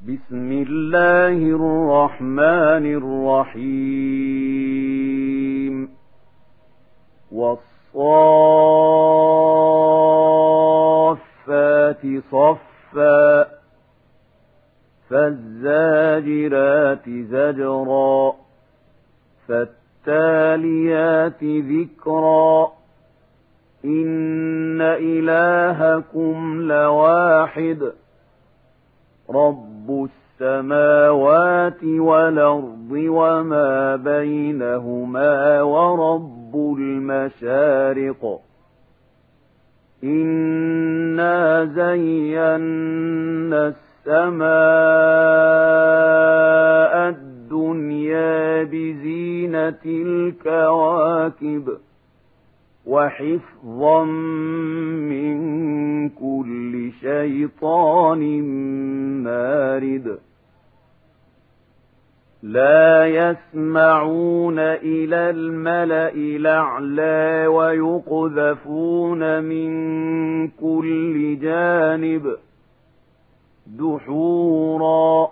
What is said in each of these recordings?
بسم الله الرحمن الرحيم والصافات صفا فالزاجرات زجرا فالتاليات ذكرا إن إلهكم لواحد رب السماوات والأرض وما بينهما ورب المشارق إنا زينا السماء الدنيا بزينة الكواكب وحفظا من كل شيطان مارد لا يسمعون إلى الملأ الأعلى ويقذفون من كل جانب دحورا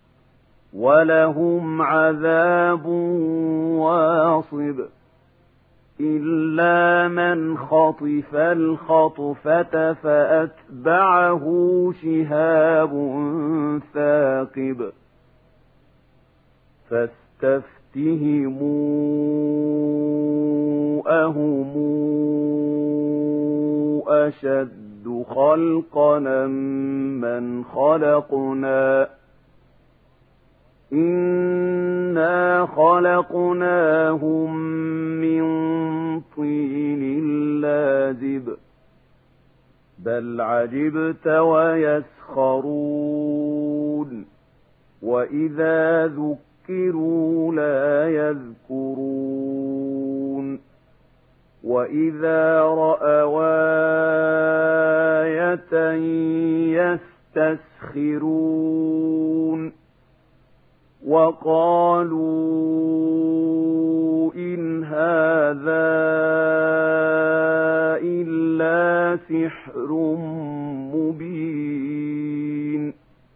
ولهم عذاب واصب إلا من خطف الخطفة فأتبعه شهاب ثاقب فاستفتهموا أهم أشد خلقنا من خلقنا إنا خلقناهم من طين لازب بل عجبت ويسخرون وإذا ذكروا لا يذكرون وإذا رأوا آية يستسخرون وقالوا إن هذا إلا سحر مبين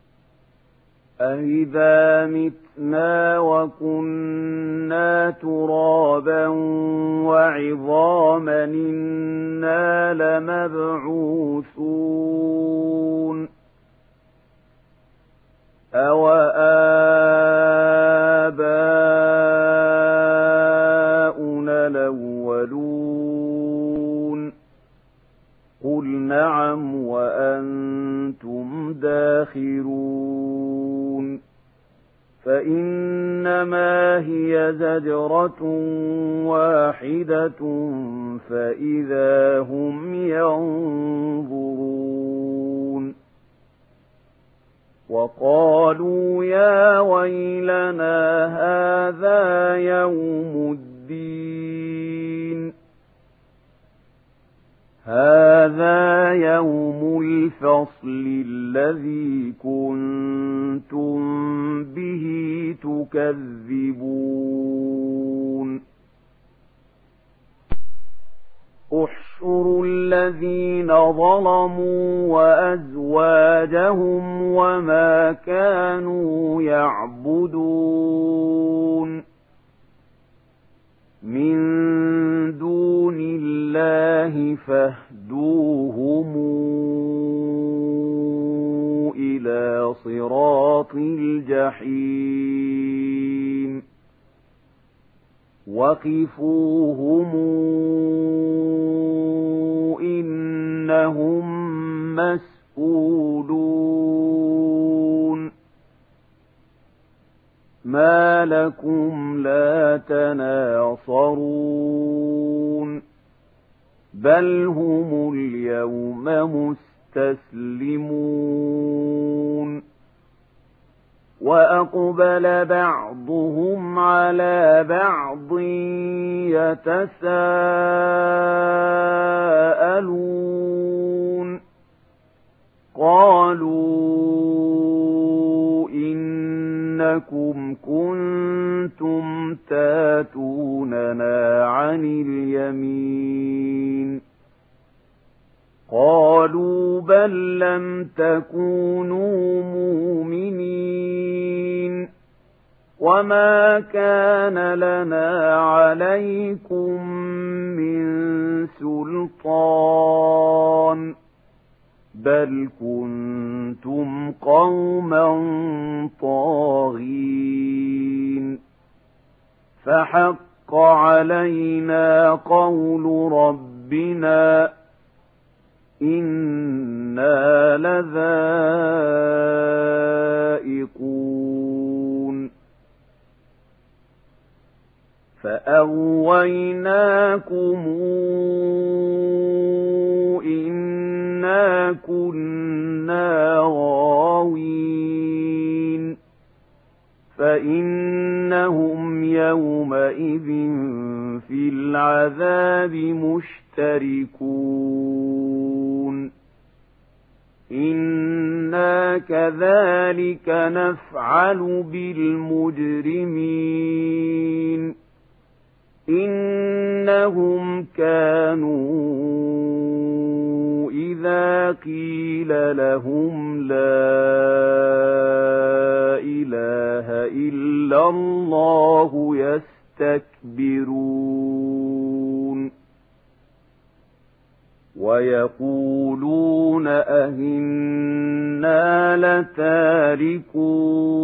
أإذا متنا وكنا ترابا وعظاما إنا لمبعوثون أوآباؤنا الأولون قل نعم وأنتم داخرون فإنما هي زجرة واحدة فإذا هم ينظرون وقالوا يا ويلنا هذا يوم الدين هذا يوم الفصل الذي كنتم به تكذبون احشروا الذين ظلموا وأزواجهم وما كانوا يعبدون من دون الله فاهدوهم إلى صراط الجحيم وقفوهم إنهم مسئولون ما لكم لا تناصرون بل هم اليوم مستسلمون وأقبل بعضهم على بعض يتساءلون قالوا إنكم كنتم تاتوننا عن اليمين قالوا بل لم تكونوا مؤمنين وما كان لنا عليكم من سلطان بل كنتم قوما طاغين فحق علينا قول ربنا إنا لذائقون فأغويناكم إنا كنا غاوين فإنهم يومئذ في العذاب مشتركون إنا كذلك نفعل بالمجرمين إنهم كانوا إذا قيل لهم لا إله إلا الله يستكبرون ويقولون أئنا لتاركو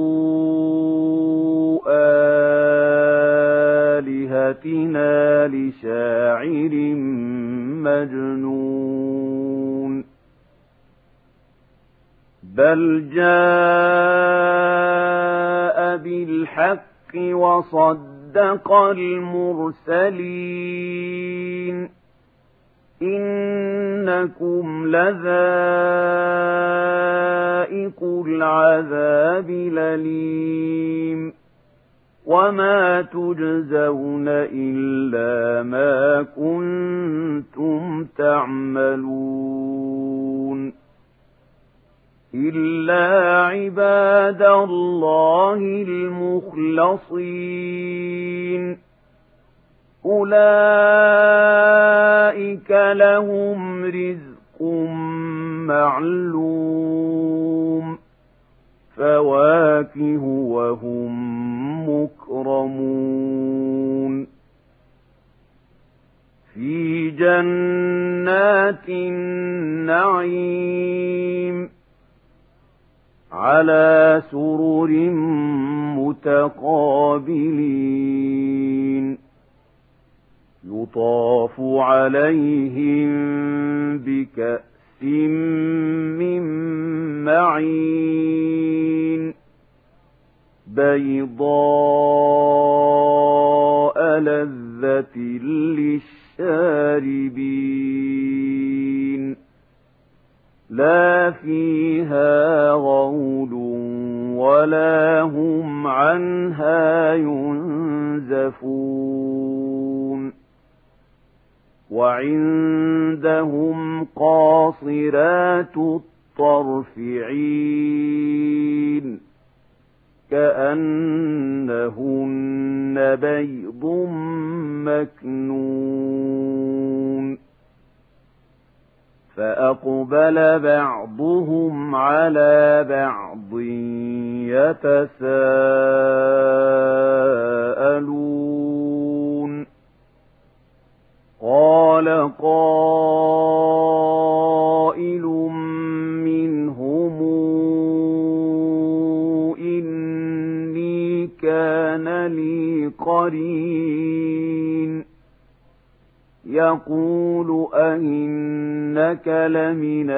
آلهتنا لشاعر مجنون بل جاء بالحق وصدق المرسلين إنكم لذائق العذاب الأليم وما تجزون إلا ما كنتم تعملون إلا عباد الله المخلصين أولئك لهم رزق معلوم فواكه وهم مكرمون في جنات النعيم على سرر متقابلين يطاف عليهم بكأس من معين بيضاء لذة للشاربين لا فيها غول ولا هم عنها ينزفون وعندهم قاصرات الطرف عين كأنهن بيض مكنون فأقبل بعضهم على بعض يتساءلون قال قائل منهم إني كان لي قرين يقول أئنك لمن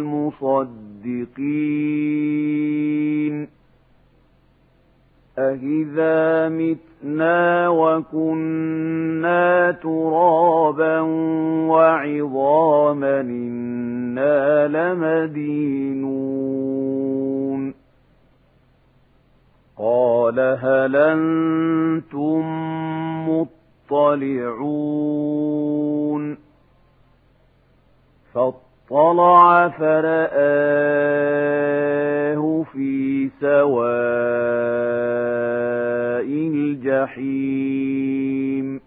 المصدقين أإذا متنا وكنا ترابا وعظاما إنا لمدينون قال هل أنتم مطلعون فاطلع فرآه في سواء الجحيم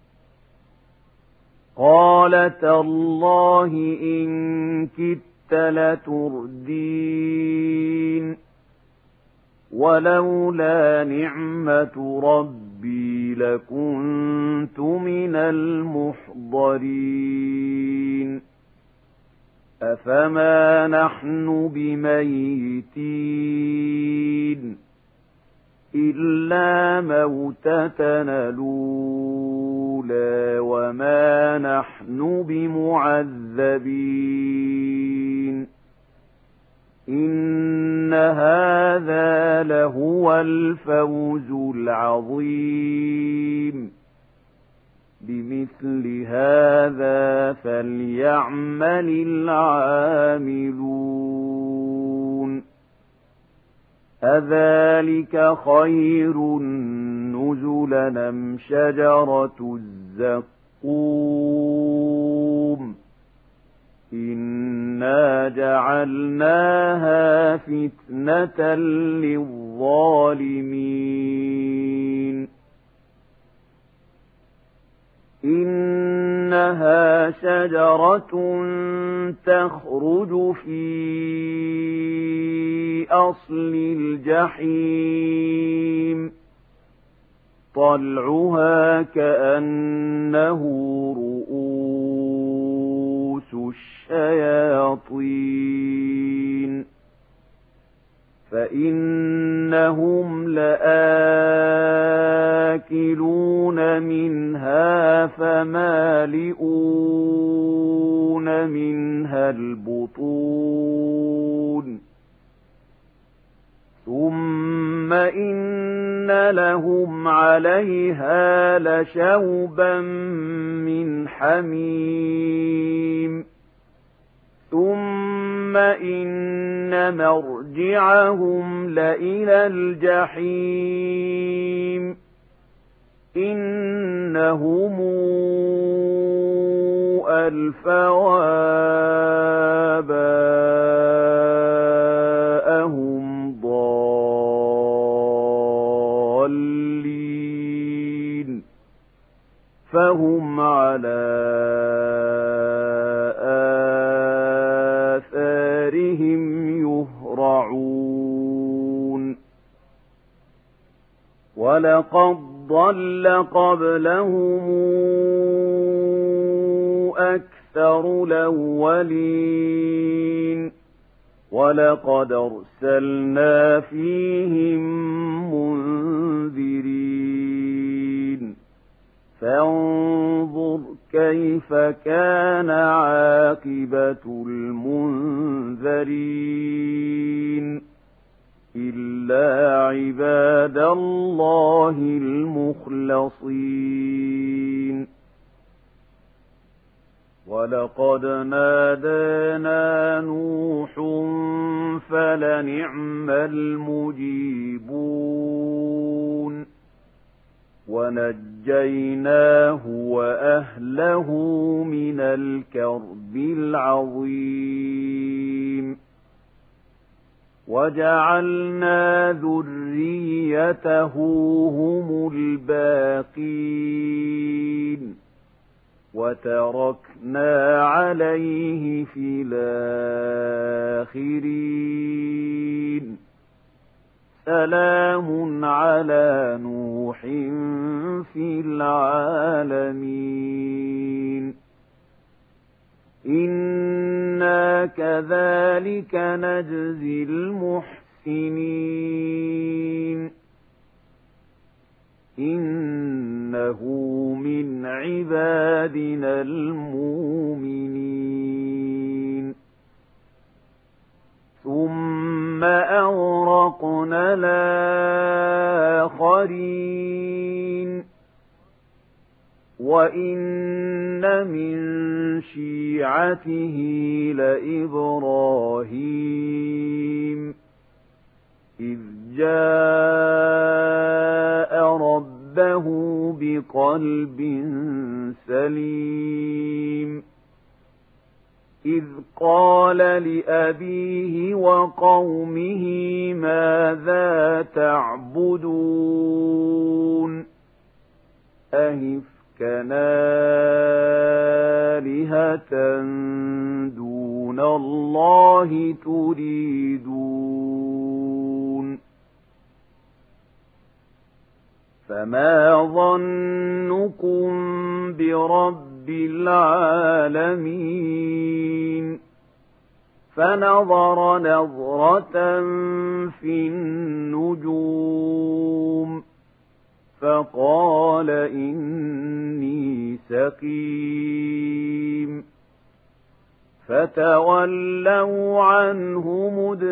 قال تالله إن كدت لتردين ولولا نعمة ربي لكنت من المحضرين أفما نحن بميتين إلا موتتنا الأولى وما نحن بمعذبين إن هذا لهو الفوز العظيم بمثل هذا فليعمل العاملون أذلك خير نزلا أم شجرة الزقوم إنا جعلناها فتنة للظالمين إنها شجرة تخرج في أصل الجحيم طلعها كأنه رؤوس الشياطين فإنهم لآكلون منها فمالئون منها البطون ثم إن لهم عليها لشوبا من حميم ثم إن مرجعهم لإلى الجحيم إنهم ألفوا آباءهم ضالين فهم على آثارهم يهرعون ولقد ضل قبلهم أكثر الأولين ولقد أرسلنا فيهم منذرين فانظر كيف كان عاقبة المنذرين إلا عباد الله المخلصين ولقد نادانا نوح فلنعم المجيبون ونجيناه وأهله من الكرب العظيم وجعلنا ذريته هم الباقين وتركنا عليه في الآخرين سلام على نوح في العالمين إنا كذلك نجزي المحسنين إنه من عبادنا المؤمنين ثم أغرقنا الآخرين وإن من شيعته لإبراهيم إذ جاء ربه بقلب سليم إذ قال لأبيه وقومه ماذا تعبدون أهفكا آلهة دون الله تريدون فما ظنكم برب العالمين فنظر نظرة في النجوم فقال إني سقيم فتولوا عنه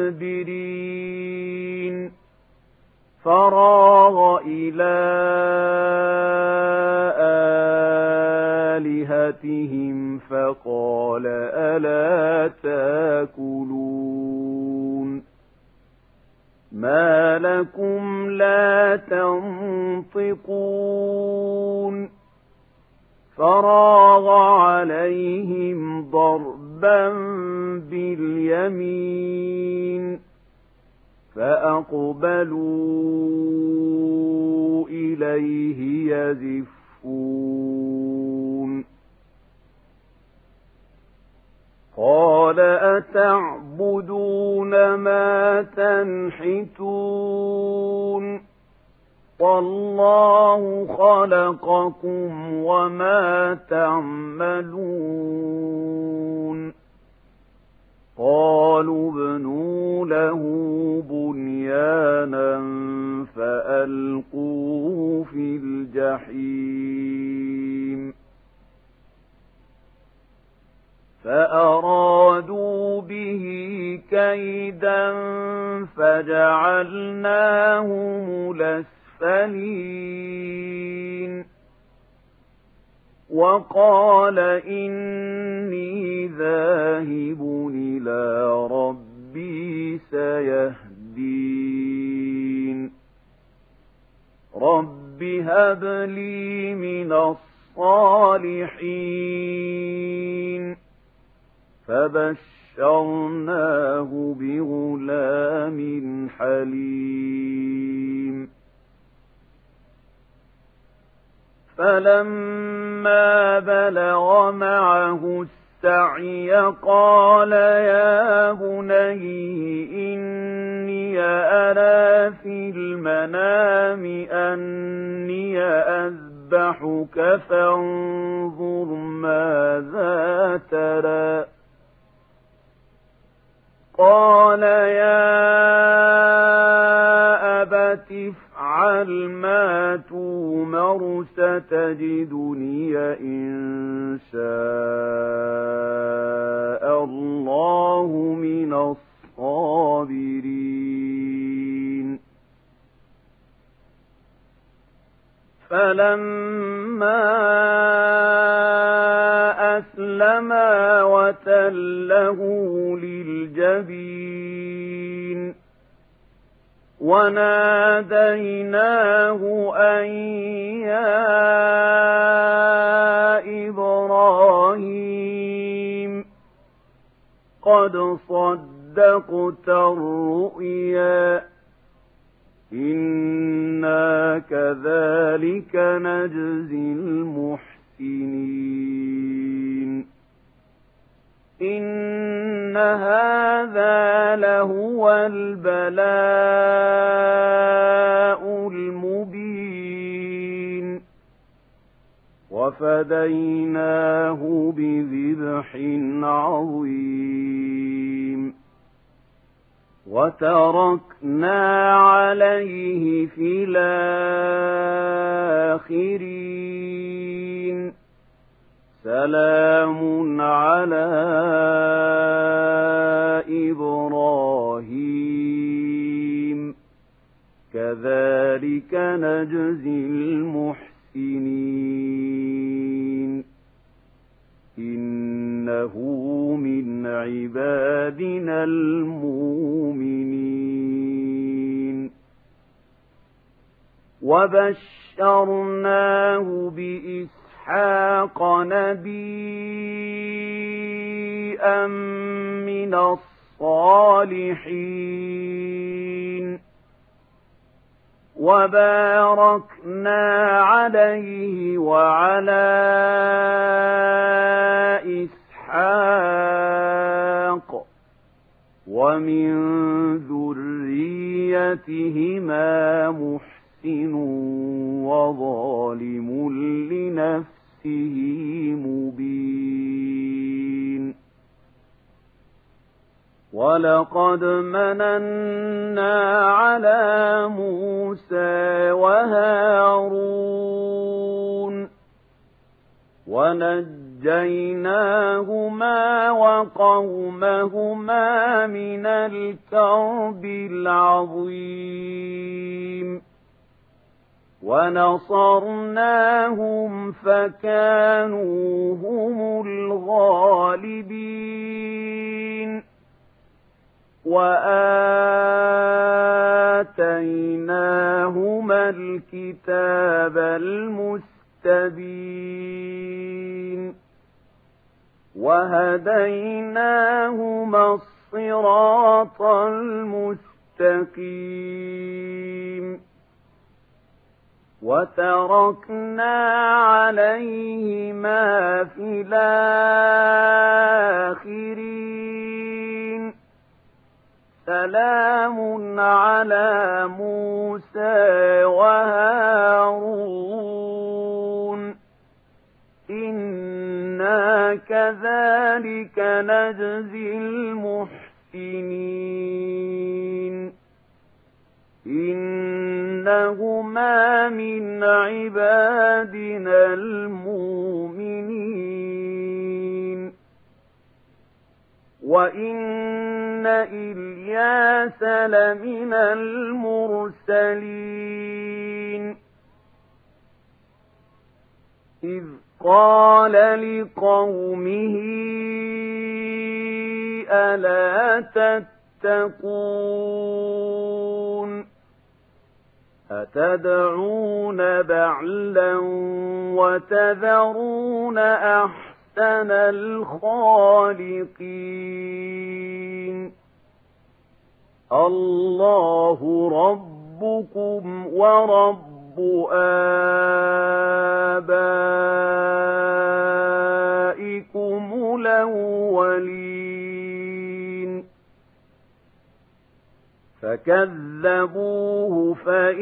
مدبرين فراغ إلى آلهتهم فقال ألا تاكلون ما لكم لا تنطقون فراغ عليهم ضربا باليمين فأقبلوا إليه يزفون قال أتعبدون ما تنحتون والله خلقكم وما تعملون قالوا ابنوا له بنيانا فألقوه في الجحيم فأرادوا به كيدا فجعلناهم الأسفلين وقال إني ذاهب إلى ربي سيهدين رب هب لي من الصالحين فبشرناه بغلام حليم فلما بلغ معه السعي قال يا بني إني أرى في المنام أني أذبحك فانظر ماذا ترى قال يا أبت افعل ما تؤمر ستجدني إن شاء الله من الصابرين فلما أسلما وتله للجبين وناديناه أن يا إبراهيم قد صدقت الرؤيا إنا كذلك نجزي المحسنين إن هذا لهو البلاء المبين وفديناه بذبح عظيم وتركنا عليه في الآخرين سلام على إبراهيم كذلك نجزي المحسنين إنه من عبادنا المؤمنين وبشرناه بإسحاق نبيا من الصالحين وباركنا عليه وعلى إسحاق ومن ذريتهما محسن وظالم لنفسه مبين. ولقد مننا على موسى وهارون ونجيناهما وقومهما من الكرب العظيم ونصرناهم فكانوا هم الغالبين وآتيناهما الكتاب المستبين وهديناهما الصراط المستقيم وتركنا عليهما في الآخرين سلام على موسى وهارون إنا كذلك نجزي المحسنين إنهما من عبادنا المؤمنين وإن إلياس لمن المرسلين إذ قال لقومه ألا تتقون أتدعون بعلا وتذرون أحسن الخالقين الله ربكم ورب آبائكم الأولين فكذبوه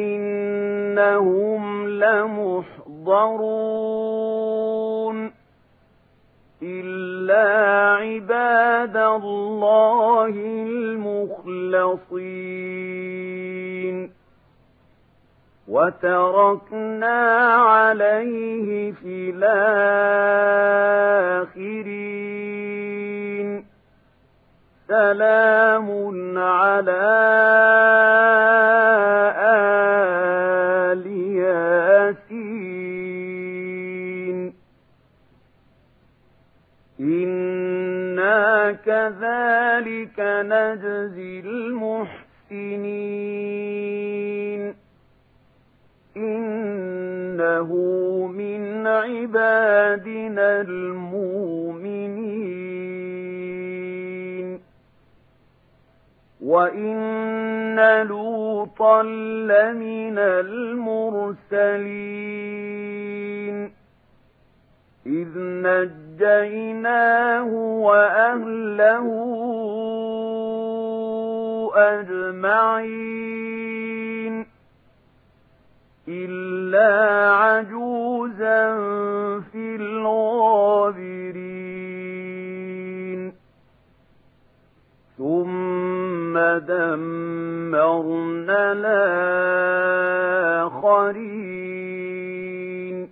فإنهم لمحضرون إلا عباد الله المخلصين وتركنا عليه في الآخرين سلام على آل ياسين إنا كذلك نجزي المحسنين إنه من عبادنا المؤمنين وإن لوطا لمن المرسلين إذ نجيناه وأهله أجمعين إلا عجوزا في الغابرين ثم دمرنا الآخرين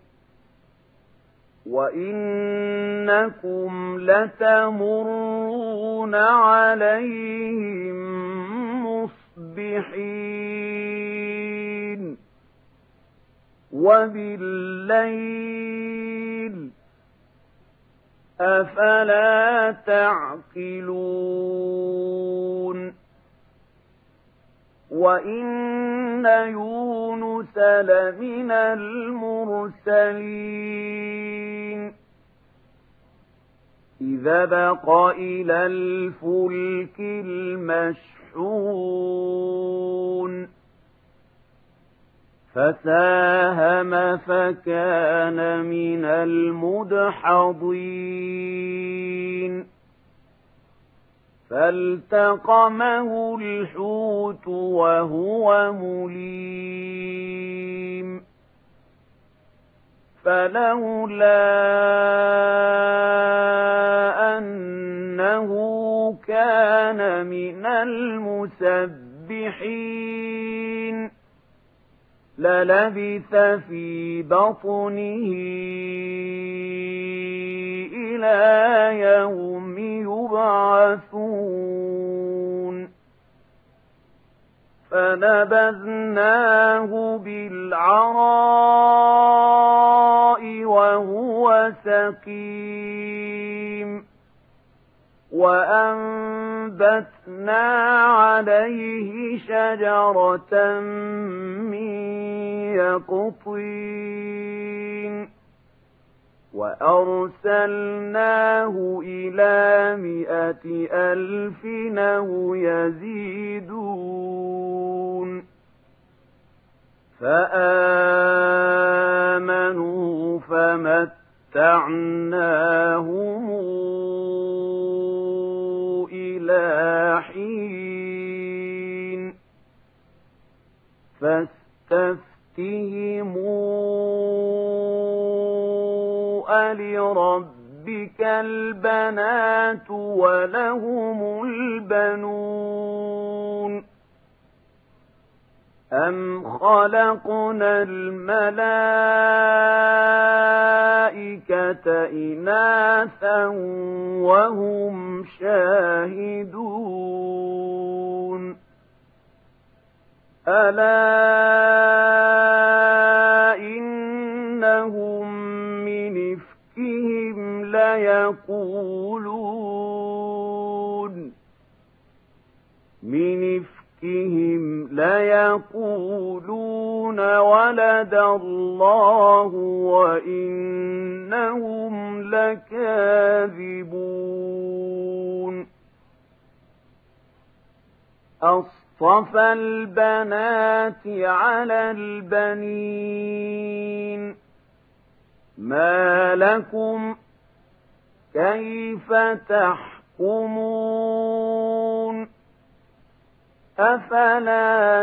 وإنكم لتمرون عليهم مصبحين وبالليل أفلا تعقلون وإن يونس لمن المرسلين إذا بق إلى الفلك المشحون فساهم فكان من المدحضين فالتقمه الحوت وهو مليم فلولا أنه كان من المسبحين للبث في بطنه إلى يوم يبعثون فنبذناه بالعراء وهو سقيم وأنبتنا عليه شجرة من يقطين وأرسلناه إلى 100,000 أو يزيدون فآمنوا فمتعناهم إلى حين فاستفتهموا ألربك البنات ولهم البنون أم خلقنا الملائكة إناثا وهم شاهدون ألا إنهم من إفكهم ليقولون ولد الله وإنهم لكاذبون أصطفى البنات على البنين ما لكم كيف تحكمون أفلا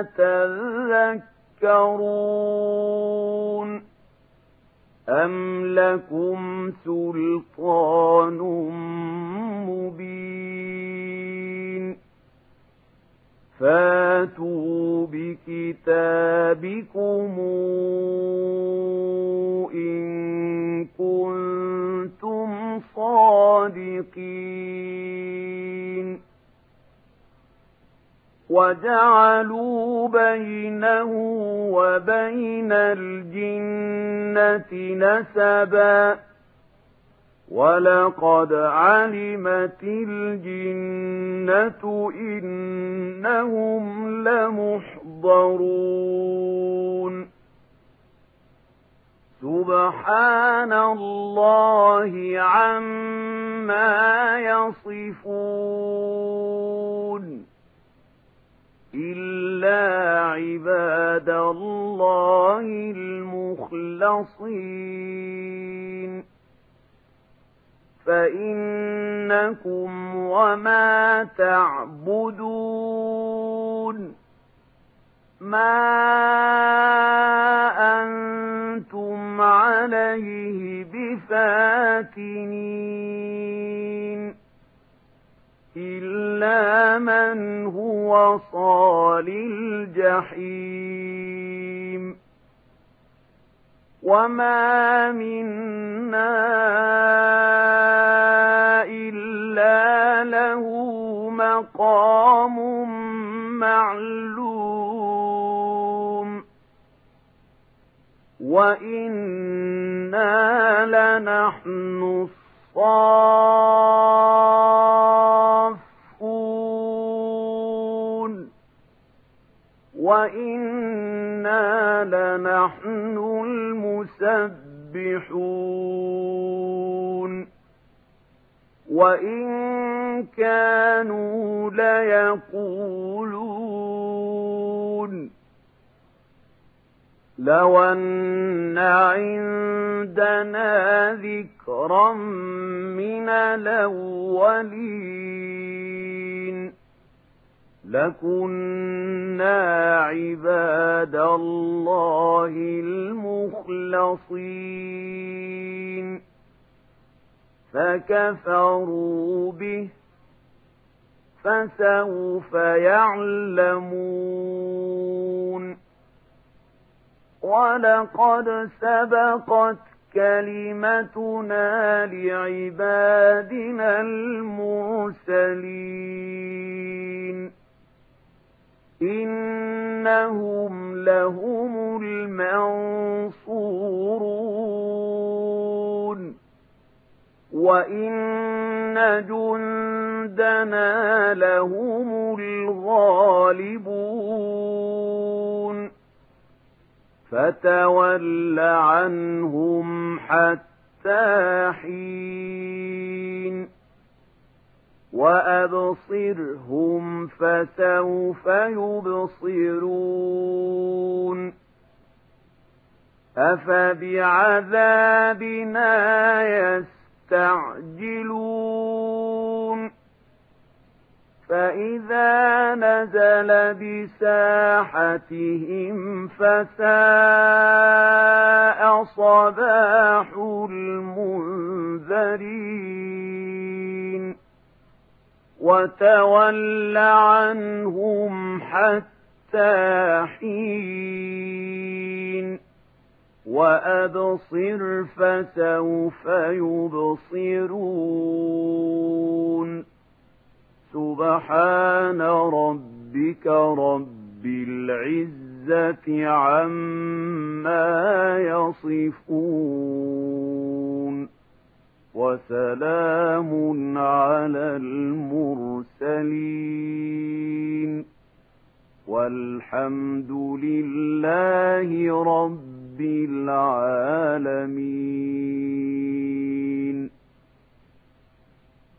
تذكرون أم لكم سلطان مبين فاتوا بكتابكم إن كنتم صادقين وجعلوا بينه وبين الجنة نسبا ولقد علمت الجنة إنهم لمحضرون سبحان الله عما يصفون إلا عباد الله المخلصين فإنكم وما تعبدون ما أنتم عليه بفاتنين إلا من هو صال الجحيم وما منا إلا له مقام معلوم وإنا لنحن الصافون وإنا لنحن المسبحون وإن كانوا ليقولون لو أن عندنا ذكرا من الأولين لكنا عباد الله المخلصين المخلصين فكفروا به فسوف يعلمون ولقد سبقت كلمتنا لعبادنا المرسلين إنهم لهم المنصورون وإن جندنا لهم الغالبون فتول عنهم حتى حين وأبصرهم فسوف يبصرون أفبعذابنا يستعجلون فإذا نزل بساحتهم فساء صباح المنذرين وتول عنهم حتى حين وأبصر فسوف يبصرون سبحان ربك رب العزة عما يصفون وسلام على المرسلين والحمد لله رب العالمين.